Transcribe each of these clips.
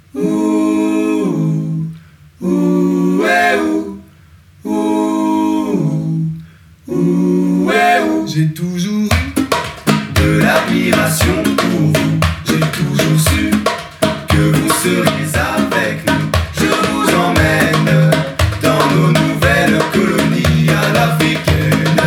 Ouh, ouh, ouais, ouh, ouh, ouh, ouais, ouh. J'ai toujours eu de l'admiration pour vous. J'ai toujours su que vous seriez avec nous. Je vous emmène dans nos nouvelles colonies à l'africaine.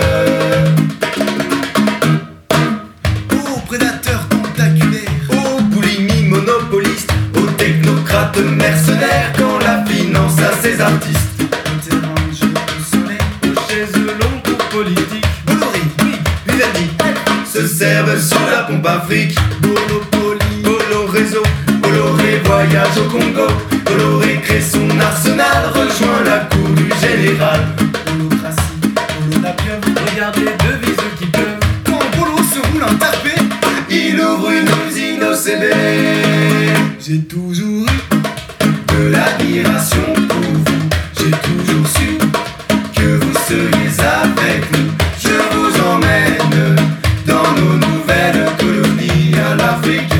Aux prédateurs tentaculaires, aux boulimies monopolistes, aux technocrates mercenaires, quand la finance a ses artistes. Un terrain de jeu au soleil, aux chaises longues pour politique. Bolloré, oui, Vivaldi, se servent sur la pompe Afrique. Monopoly, Bolo réseau, Bolloré voyage au Congo. Bolloré crée son arsenal, rejoint la cour du général. Holocratie, Bolo la pieuvre, regarde les devises qui pleuvent. Quand Bolo se roule un tapé, il ouvre une usine au CB. J'ai toujours eu de l'admiration pour vous. J'ai toujours su que vous seriez avec nous. Je vous emmène dans nos nouvelles colonies à l'africaine.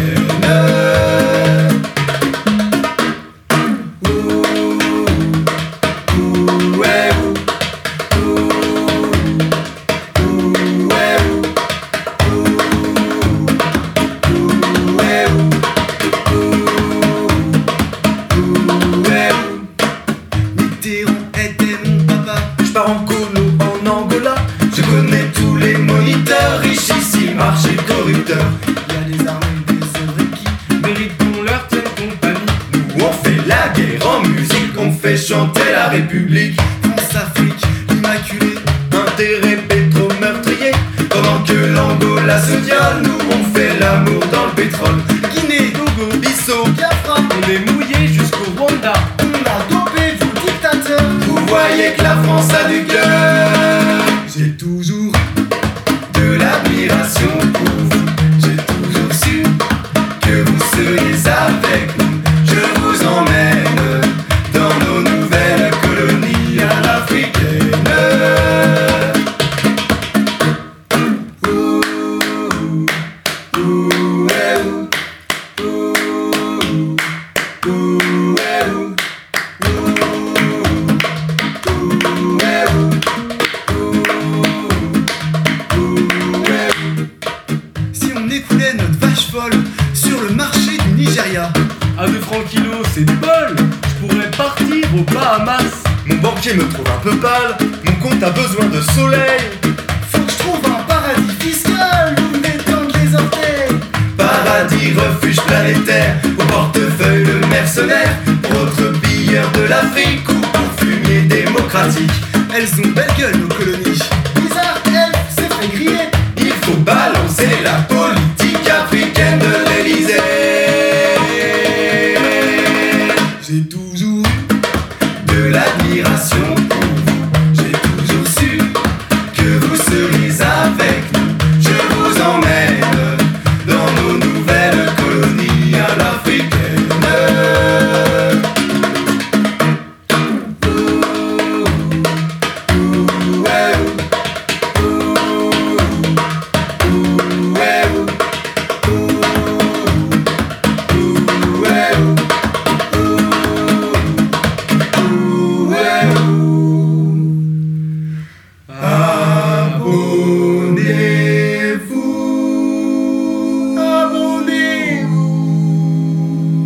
Je connais tous les moniteurs, richissimes, marchés corrupteurs. Il y a des armées, des œuvres qui méritent qu'on leur tienne compagnie. Nous on fait la guerre en musique, on fait chanter la République. France-Afrique, immaculée, intérêt pétro-meurtrier. Pendant que l'Angola se viole, nous on fait l'amour dans le pétrole. Guinée, Togo, Bissau, Biafra, on est mouillé jusqu'au Rwanda. On a dopé vos dictateurs. Vous voyez que la France a du cœur. J'ai toujours de l'admiration pour vous. J'ai toujours su que vous seriez avec nous. Je vous emmène dans nos nouvelles colonies à l'africaine. Ouh, ouh, ouais, ouh, ouh, ouh, ouais, ouh, ouh, ouais, ouh. Si on écoulait notre vache folle sur le marché du Nigeria, à 2 francs kilo, c'est du bol. Je pourrais partir aux Bahamas. mon banquier me trouve un peu pâle, mon compte a besoin de soleil. Faut que je trouve un paradis fiscal où m'étendent les orteils. Paradis, refuge planétaire, au portefeuille le mercenaire, pour autres pilleurs de l'Afrique ou pour fumier démocratique. Elles ont belle gueule nos colonies, bizarre, elles, c'est fait griller. Il faut balancer la politique africaine de l'Élysée. J'ai toujours eu de l'admiration pour vous. J'ai toujours su que vous seriez avec nous. Je vous emmène dans nos nouvelles colonies à l'africaine.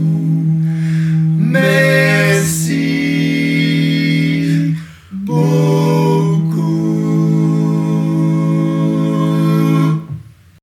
Merci beaucoup.